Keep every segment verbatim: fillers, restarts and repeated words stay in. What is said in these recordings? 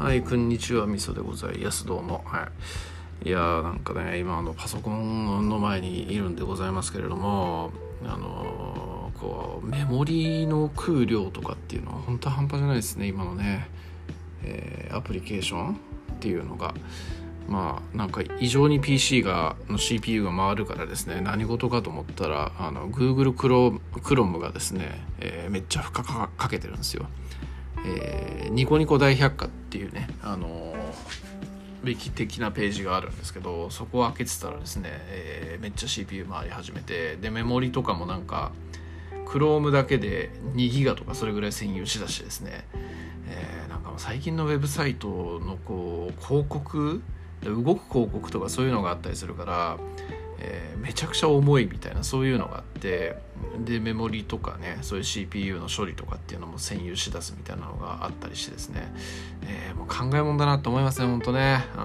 はい、こんにちは、みそでございます。どうも。はい。いやー、なんかね、今あのパソコンの前にいるんでございますけれども、あのー、こうメモリの食う量とかっていうのは本当半端じゃないですね、今のね、えー、アプリケーションっていうのが。まあなんか異常に ピーシー がの シーピーユー が回るからですね、何事かと思ったらあの Google Chrome, Chrome がですね、えー、めっちゃ負荷かかけてるんですよ。えー、ニコニコ大百科っていうね、あのー、ウィキ的なページがあるんですけど、そこを開けてたらですね、えー、めっちゃ シーピーユー 回り始めて、でメモリとかもなんか Chrome だけでにギガとかそれぐらい占有しだしてですね、えー、なんかもう最近のウェブサイトのこう広告、動く広告とかそういうのがあったりするから、えー、めちゃくちゃ重いみたいなそういうのがあって、でメモリとかね、そういう シーピーユー の処理とかっていうのも占有しだすみたいなのがあったりしてですね、えー、もう考えもんだなと思いますね、ほんとね。うん、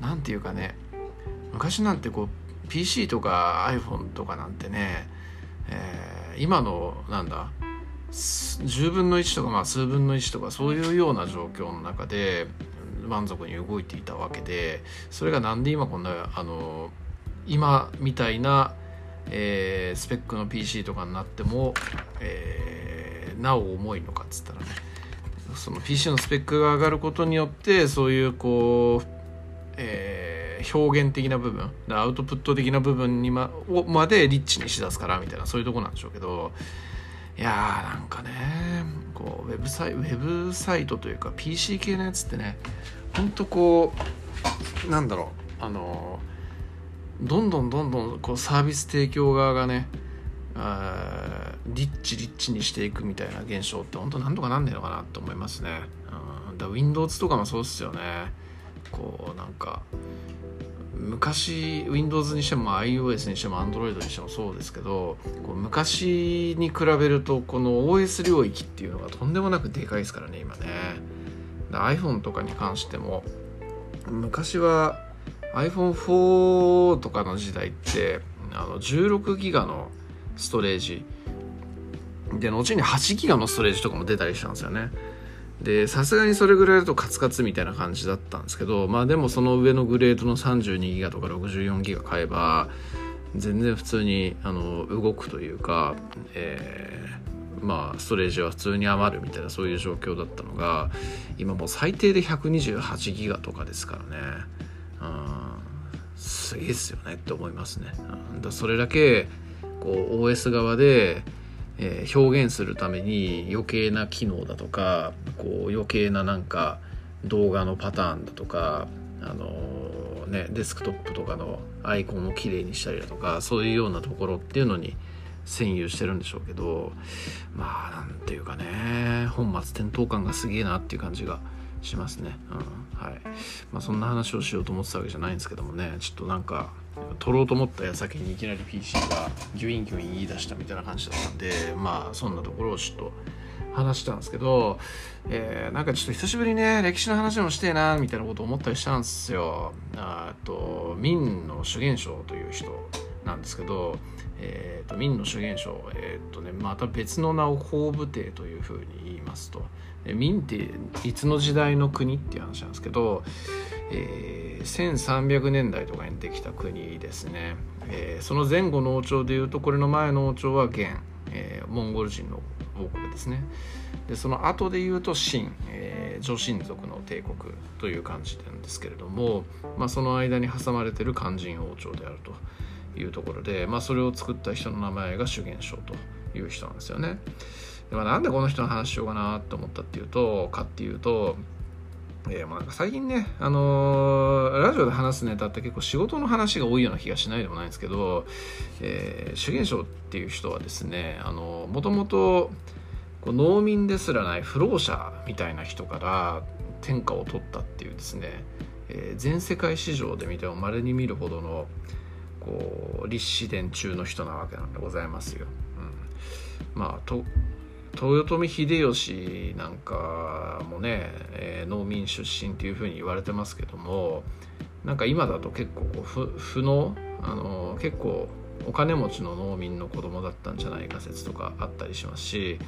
なんていうかね、昔なんてこう ピーシー とか iPhone とかなんてね、えー、今のなんだじゅうぶんのいちとかまあ数分のいちとかそういうような状況の中で満足に動いていたわけで、それがなんで今こんなあの今みたいな、えー、スペックの ピーシー とかになっても、えー、なお重いのかっつったらね、その ピーシー のスペックが上がることによってそういうこう、えー、表現的な部分、アウトプット的な部分に ま, をまでリッチにしだすからみたいな、そういうとこなんでしょうけど、いやーなんかね、こうウェブサイウェブサイトというか ピーシー 系のやつってね、ほんとこうなんだろう、あのどんどんどんどんこうサービス提供側がね、あリッチリッチにしていくみたいな現象って本当なんとかなんねえのかなと思いますね。うん、だ Windows とかもそうっすよね。こうなんか昔 Windows にしても iOS にしても Android にしてもそうですけど、こう昔に比べるとこの オーエス 領域っていうのがとんでもなくでかいですからね今ね。iPhone とかに関しても昔は アイフォンフォー とかの時代ってあのじゅうろくギガのストレージで後にはちギガのストレージとかも出たりしたんですよね。でさすがにそれぐらいだとカツカツみたいな感じだったんですけど、まあでもその上のグレードのさんじゅうにギガとかろくじゅうよんギガ買えば全然普通にあの動くというか、えー、まあストレージは普通に余るみたいなそういう状況だったのが、今もう最低でひゃくにじゅうはちギガとかですからね。うん、すげえっすよねって思いますね。うん、だそれだけこう オーエス 側でえー、表現するために余計な機能だとか、こう余計ななんか動画のパターンだとか、あのーね、デスクトップとかのアイコンをきれいにしたりだとか、そういうようなところっていうのに占有してるんでしょうけど、まあなんていうかね、本末転倒感がすげえなっていう感じがしますね。うん、はい。まあそんな話をしようと思ってたわけじゃないんですけどもね、ちょっとなんか取ろうと思った矢先にいきなり ピーシー がギュインギュイン言い出したみたいな感じだったんで、まあそんなところをちょっと話したんですけど、えー、なんかちょっと久しぶりにね歴史の話もしてえなみたいなことを思ったりしたんですよ。あと明の朱元璋という人なんですけど、えー、と明の朱元璋、えーとね、また別の名を皇武帝というふうに言いますと、明っていつの時代の国っていう話なんですけど、えー、せんさんびゃくねんだいとかにできた国ですね。えー、その前後の王朝でいうとこれの前の王朝は元、えー、モンゴル人の王国ですね。でその後でいうと秦、えー、上秦族の帝国という感じなんですけれども、まあ、その間に挟まれている勧進王朝であるというところで、まあ、それを作った人の名前が朱元璋という人なんですよね。で、まあ、なんでこの人の話しようかなと思ったっていうとかっていうとえー、もうなんか最近ね、あのー、ラジオで話すネタって結構仕事の話が多いような気がしないでもないんですけど、えー、朱元璋っていう人はですね、あのもともと農民ですらない不老者みたいな人から天下を取ったっていうですね、えー、全世界市場で見ても稀に見るほどのこう立志伝中の人なわけなんでございますよ。うん、まあと豊臣秀吉なんかもね、えー、農民出身っていう風に言われてますけども、なんか今だと結構こう不不能、あのー、結構お金持ちの農民の子供だったんじゃないか説とかあったりしますし、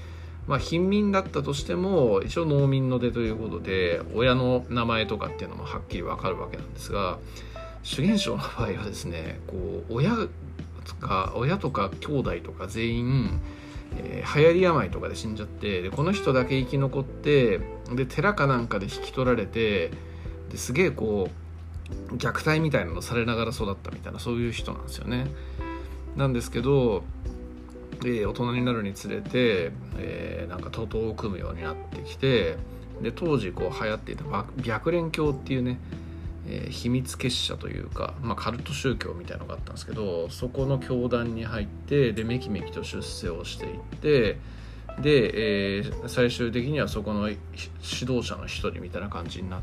まあ、貧民だったとしても一応農民の出ということで親の名前とかっていうのもはっきり分かるわけなんですが、朱元璋の場合はですね、こう親とか親とか兄弟とか全員、えー、流行り病とかで死んじゃって、でこの人だけ生き残って、で寺かなんかで引き取られて、ですげえこう虐待みたいなのされながら育ったみたいな、そういう人なんですよね。なんですけど、えー、大人になるにつれて、えー、なんか徒党を組むようになってきて、で当時こう流行っていた白蓮教っていうね、えー、秘密結社というか、まあ、カルト宗教みたいなのがあったんですけど、そこの教団に入って、でめきめきと出世をしていって、で、えー、最終的にはそこの指導者の一人みたいな感じになって、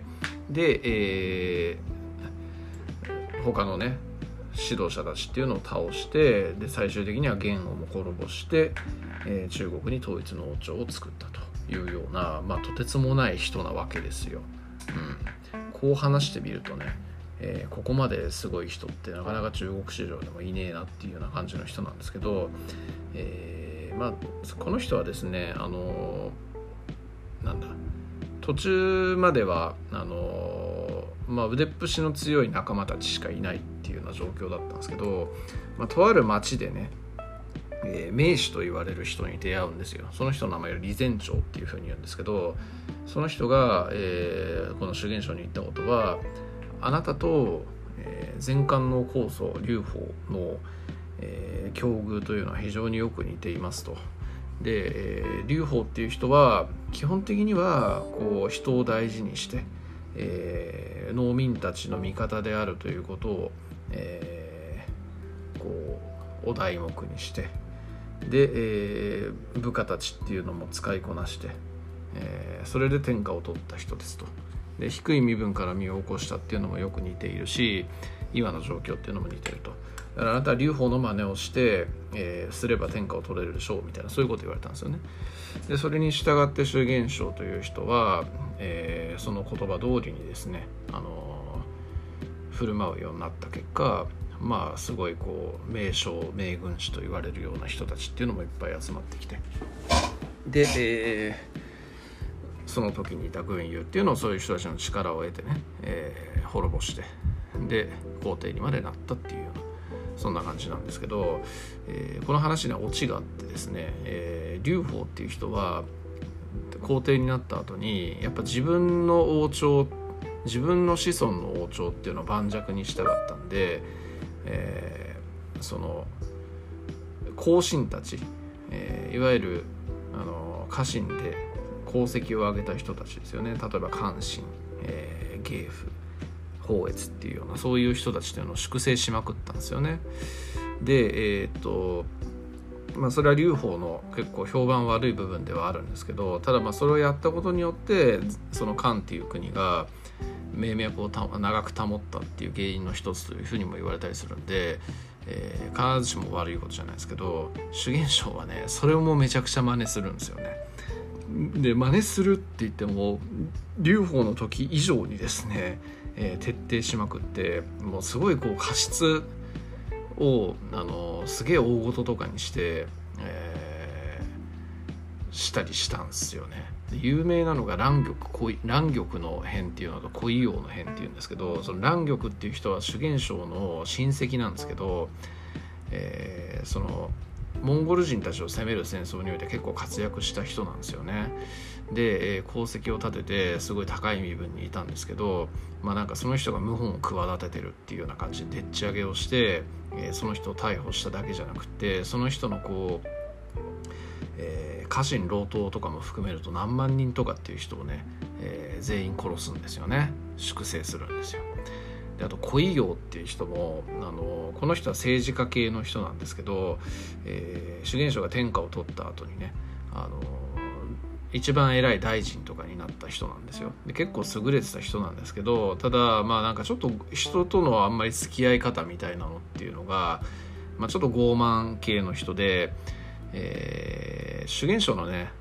で、えー、他のね指導者たちっていうのを倒して、で最終的には元をも滅ぼして、えー、中国に統一の王朝を作ったというような、まあ、とてつもない人なわけですよ。うん、こう話してみるとね、えー、ここまですごい人ってなかなか中国市場でもいねえなっていうような感じの人なんですけど、えーまあ、この人はですね、あのー、なんだ途中まではあのーまあ、腕っぷしの強い仲間たちしかいないっていうような状況だったんですけど、まあ、とある町でね、えー、名手と言われる人に出会うんですよ。その人の名前は李前朝っていうふうに言うんですけど、その人が、えー、この朱元璋に言ったことは、あなたと、えー、前漢の高祖劉邦の、えー、境遇というのは非常によく似ていますと。で、えー、劉邦っていう人は基本的にはこう人を大事にして、えー、農民たちの味方であるということを、えー、こうお題目にして、で、えー、部下たちっていうのも使いこなして、えー、それで天下を取った人ですと。で低い身分から身を起こしたっていうのもよく似ているし、今の状況っていうのも似ていると。だからあなたは劉邦の真似をして、えー、すれば天下を取れるでしょうみたいな、そういうこと言われたんですよね。でそれに従って朱元璋という人は、えー、その言葉通りにですね、あのー、振る舞うようになった結果、まあすごいこう名将名軍師と言われるような人たちっていうのもいっぱい集まってきて、で、えー、その時にいた軍友っていうのをそういう人たちの力を得てね、えー、滅ぼして、で皇帝にまでなったっていうような、そんな感じなんですけど、えー、この話にはオチがあってですね、えー、劉邦っていう人は皇帝になった後にやっぱ自分の王朝、自分の子孫の王朝っていうのを盤石にしたかったんで、えー、その後進たち、えー、いわゆるあの家臣で功績を上げた人たちですよね。例えば韓信、えー、芸父、光悦っていうような、そういう人たちっていうのを粛清しまくったんですよね。で、えー、っとまあそれは劉邦の結構評判悪い部分ではあるんですけど、ただまあそれをやったことによってその漢っていう国が命脈をた長く保ったっていう原因の一つというふうにも言われたりするんで、えー、必ずしも悪いことじゃないですけど、朱元璋はねそれをもうめちゃくちゃ真似するんですよね。で真似するって言っても劉邦の時以上にですね、えー、徹底しまくって、もうすごいこう過失をあのすげえ大事とかにして、えー、したりしたんですよね。有名なのが蘭玉恋蘭玉の変っていうのと恋王の変っていうんですけど、その蘭玉っていう人は朱元璋の親戚なんですけど、えー、そのモンゴル人たちを攻める戦争において結構活躍した人なんですよね。で、えー、功績を立ててすごい高い身分にいたんですけど、まあなんかその人が謀反を企ててるっていうような感じででっち上げをして、えー、その人を逮捕しただけじゃなくて、その人のこう、えー、家臣老頭とかも含めると何万人とかっていう人をね、えー、全員殺すんですよね。粛清するんですよ。であと恋陽っていう人も、あのこの人は政治家系の人なんですけど、えー、朱元璋が天下を取った後にね、あの一番偉い大臣とかになった人なんですよ。で結構優れてた人なんですけど、ただまあなんかちょっと人とのあんまり付き合い方みたいなのっていうのが、まあ、ちょっと傲慢系の人で、えー、朱元璋のね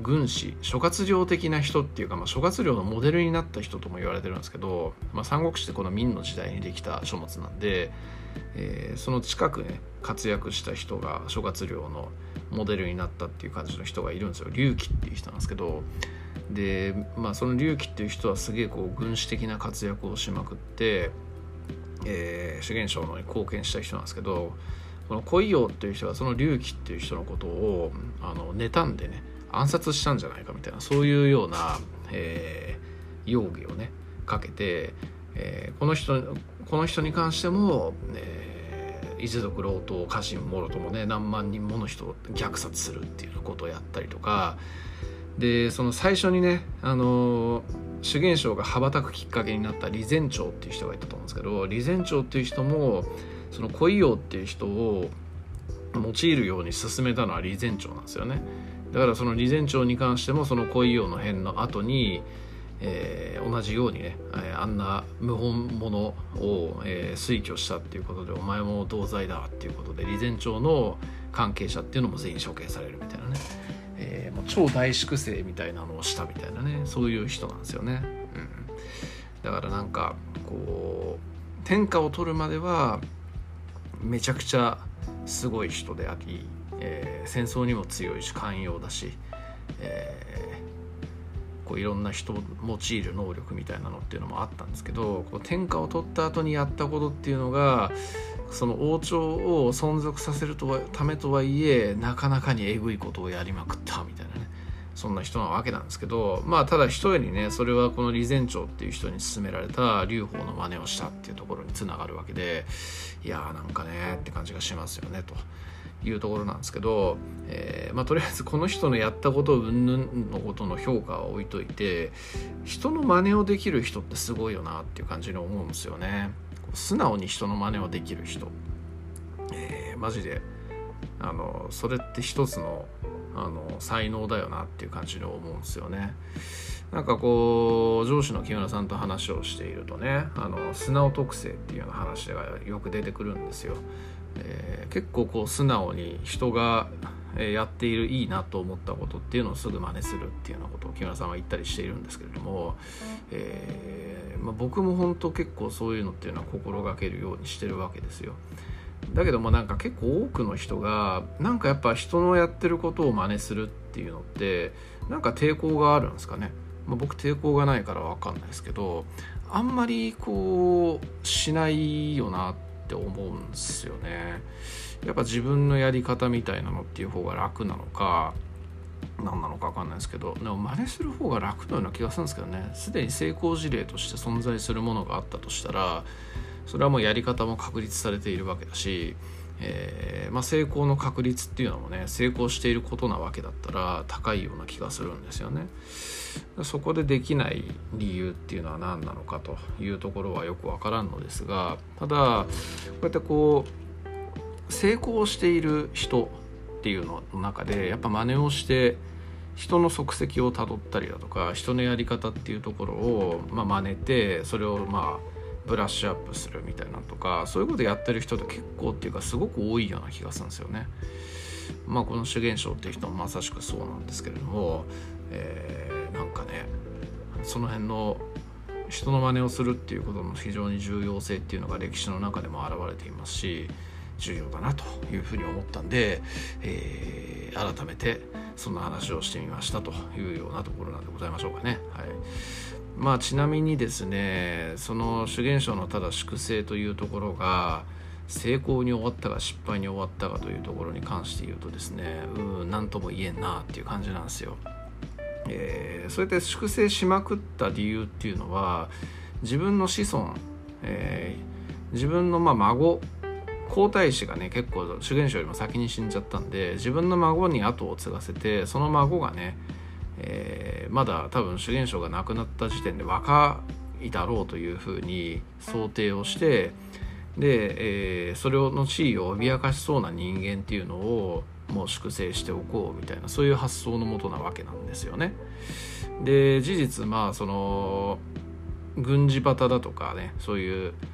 軍師諸葛亮的な人っていうか、まあ、諸葛亮のモデルになった人とも言われてるんですけど、まあ、三国志ってこの明の時代にできた書物なんで、えー、その近くね活躍した人が諸葛亮のモデルになったっていう感じの人がいるんですよ。劉備っていう人なんですけど、で、まあ、その劉備っていう人はすげえこう軍師的な活躍をしまくって、えー、主元将のに貢献した人なんですけど、この恋陽っていう人はその劉備っていう人のことをあの妬んでね暗殺したんじゃないかみたいな、そういうような、えー、容疑をねかけて、えー、この人この人に関しても、えー、一族郎党家臣もろともね何万人もの人を虐殺するっていうことをやったりとかで、その最初にね、あのー、主元将が羽ばたくきっかけになった李前朝っていう人がいたと思うんですけど、李前朝っていう人もその恋陽っていう人を用いるように進めたのは李前朝なんですよね。だからその李前朝に関してもその恋陽の変の後に、えー、同じようにね、えー、あんな謀反者を、えー、推挙したっていうことでお前も同罪だっていうことで李前朝の関係者っていうのも全員処刑されるみたいなね、えー、もう超大粛清みたいなのをしたみたいなね、そういう人なんですよね、うん、だからなんかこう天下を取るまではめちゃくちゃすごい人であり、えー、戦争にも強いし寛容だし、えー、こういろんな人を用いる能力みたいなのっていうのもあったんですけど、こう天下を取った後にやったことっていうのがその王朝を存続させるとはためとはいえなかなかにえぐいことをやりまくったみたいなね、そんな人なわけなんですけど、まあただ一重にねそれはこの李前朝っていう人に勧められた劉邦の真似をしたっていうところにつながるわけで、いやーなんかねって感じがしますよねというところなんですけど、えーまあ、とりあえずこの人のやったこと云々のことの評価は置いといて、人の真似をできる人ってすごいよなっていう感じに思うんですよね。素直に人の真似をできる人、えー、マジであのそれって一つのあの才能だよなっていう感じに思うんですよね。なんかこう上司の木村さんと話をしているとね、あの素直特性っていうような話がよく出てくるんですよ。えー、結構こう素直に人がやっているいいなと思ったことっていうのをすぐ真似するっていうようなことを木村さんは言ったりしているんですけれども、えーまあ、僕も本当結構そういうのっていうのは心がけるようにしてるわけですよ。だけどもなんか結構多くの人がなんかやっぱ人のやってることを真似するっていうのってなんか抵抗があるんですかね。まあ、僕抵抗がないから分かんないですけど、あんまりこうしないよなって思うんですよね。やっぱ自分のやり方みたいなのっていう方が楽なのか何なのか分かんないですけど、でも真似する方が楽のような気がするんですけどね。すでに成功事例として存在するものがあったとしたらそれはもうやり方も確立されているわけだし、えーまあ、成功の確率っていうのもね成功していることなわけだったら高いような気がするんですよね。そこでできない理由っていうのは何なのかというところはよくわからんのですが、ただこうやってこう成功している人っていうのの中でやっぱ真似をして人の足跡をたどったりだとか人のやり方っていうところをまあ真似てそれをまあブラッシュアップするみたいなとか、そういうことやってる人って結構っていうかすごく多いような気がするんですよね。まあこの主元将っていう人もまさしくそうなんですけれども、えー、なんかねその辺の人の真似をするっていうことの非常に重要性っていうのが歴史の中でも現れていますし重要だなというふうに思ったんで、えー、改めてそんな話をしてみましたというようなところなんでございましょうかね。はい。まあちなみにですね、その主元将のただ粛清というところが成功に終わったか失敗に終わったかというところに関して言うとですね、うん何とも言えんなっていう感じなんですよ。えー、それで粛清しまくった理由っていうのは自分の子孫、えー、自分のまあ孫皇太子がね結構主元将よりも先に死んじゃったんで自分の孫に後を継がせてその孫がねえー、まだ多分主元将が亡くなった時点で若いだろうというふうに想定をしてで、えー、それの地位を脅かしそうな人間っていうのをもう粛清しておこうみたいなそういう発想のもとなわけなんですよね。で事実まあその軍事バタだとかねそういう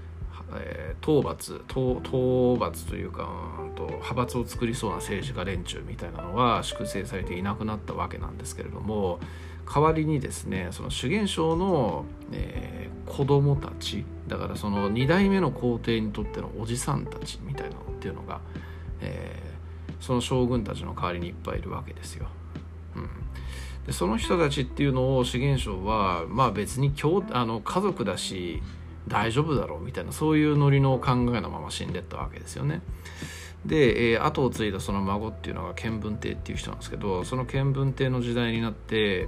えー、討伐討討伐というか、うんと派閥を作りそうな政治家連中みたいなのは粛清されていなくなったわけなんですけれども、代わりにですね、その朱元璋の、えー、子供たちだからそのに代目の皇帝にとってのおじさんたちみたいなのっていうのが、えー、その将軍たちの代わりにいっぱいいるわけですよ。うん、でその人たちっていうのを朱元璋はまあ別に今日あの家族だし大丈夫だろうみたいな、そういうノリの考えのまま死んでったわけですよね。で、えー、後を継いだその孫っていうのが建文帝っていう人なんですけど、その建文帝の時代になって、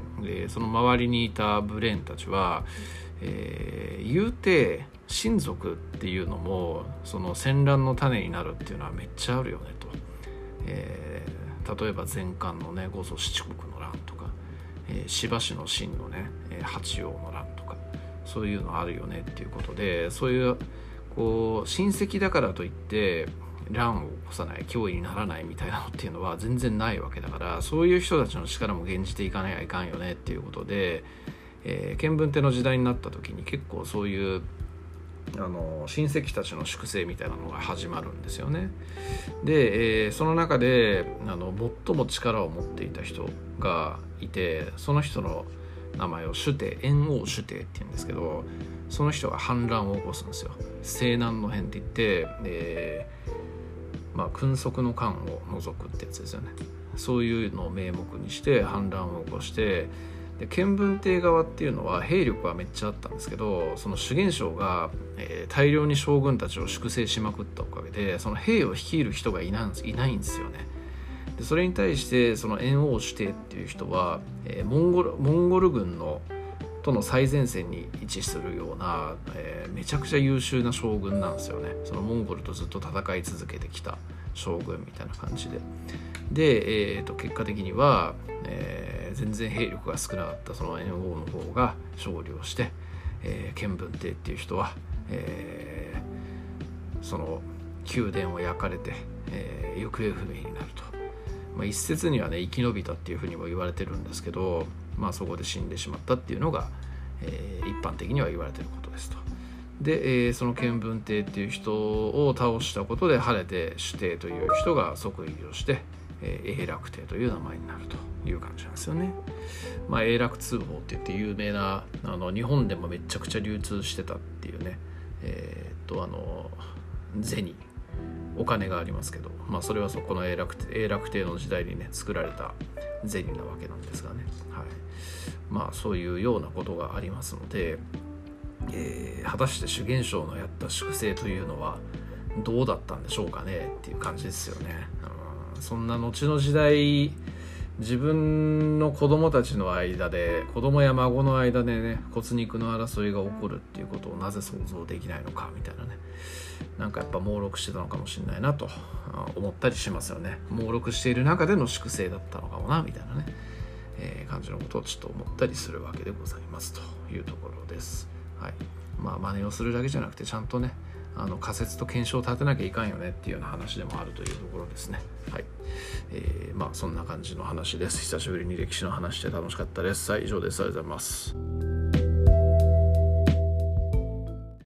えー、その周りにいたブレーンたちは、えー、言うて親族っていうのもその戦乱の種になるっていうのはめっちゃあるよねと、えー、例えば前漢のね五祖七国の乱とか、えー、しばしの秦のね八葉の乱とか、そういうのあるよねっていうことで、そういうこう親戚だからといって乱を起こさない、脅威にならないみたいなのっていうのは全然ないわけだから、そういう人たちの力も減じていかないといかんよねっていうことで、えー、建文帝の時代になった時に結構そういうあの親戚たちの粛清みたいなのが始まるんですよね。で、えー、その中であの最も力を持っていた人がいて、その人の名前を主帝、燕王主帝っていうんですけど、その人が反乱を起こすんですよ。西南の変って言って、えーまあ、君側の官を除くってやつですよね。そういうのを名目にして反乱を起こして、で建文帝側っていうのは兵力はめっちゃあったんですけど、その朱元璋が、えー、大量に将軍たちを粛清しまくったおかげで、その兵を率いる人がいないんです、いないんですよね。でそれに対してその燕王主帝っていう人は、えー、モンゴルモンゴル軍のとの最前線に位置するような、えー、めちゃくちゃ優秀な将軍なんですよね。そのモンゴルとずっと戦い続けてきた将軍みたいな感じで、で、えー、と結果的には、えー、全然兵力が少なかったその燕王の方が勝利をして、えー、建文帝っていう人は、えー、その宮殿を焼かれて、えー、行方不明になると。まあ、一説にはね生き延びたっていうふうにも言われてるんですけど、まあ、そこで死んでしまったっていうのが、えー、一般的には言われてることですと。で、えー、その建文帝っていう人を倒したことで晴れて主帝という人が即位をして、えー、永楽帝という名前になるという感じなんですよね。まあ、永楽通宝って言って有名なあの日本でもめちゃくちゃ流通してたっていうね、えー、っとあの銭お金がありますけど、まあ、それはそこの永楽帝、永楽帝の時代にね作られた銭なわけなんですがね、はい、まあそういうようなことがありますので、えー、果たして朱元璋のやった粛清というのはどうだったんでしょうかねっていう感じですよね。うん、そんな後の時代自分の子供たちの間で子供や孫の間でね骨肉の争いが起こるっていうことをなぜ想像できないのかみたいなね、なんかやっぱ猛録してたのかもしれないなと思ったりしますよね。猛録している中での粛清だったのかもなみたいなね、えー、感じのことをちょっと思ったりするわけでございますというところです。はい、まあ真似をするだけじゃなくてちゃんとねあの仮説と検証を立てなきゃいかんよねっていうような話でもあるというところですね。はい、えー、まあそんな感じの話です。久しぶりに歴史の話で楽しかったです。はい、以上です。ありがとうございます。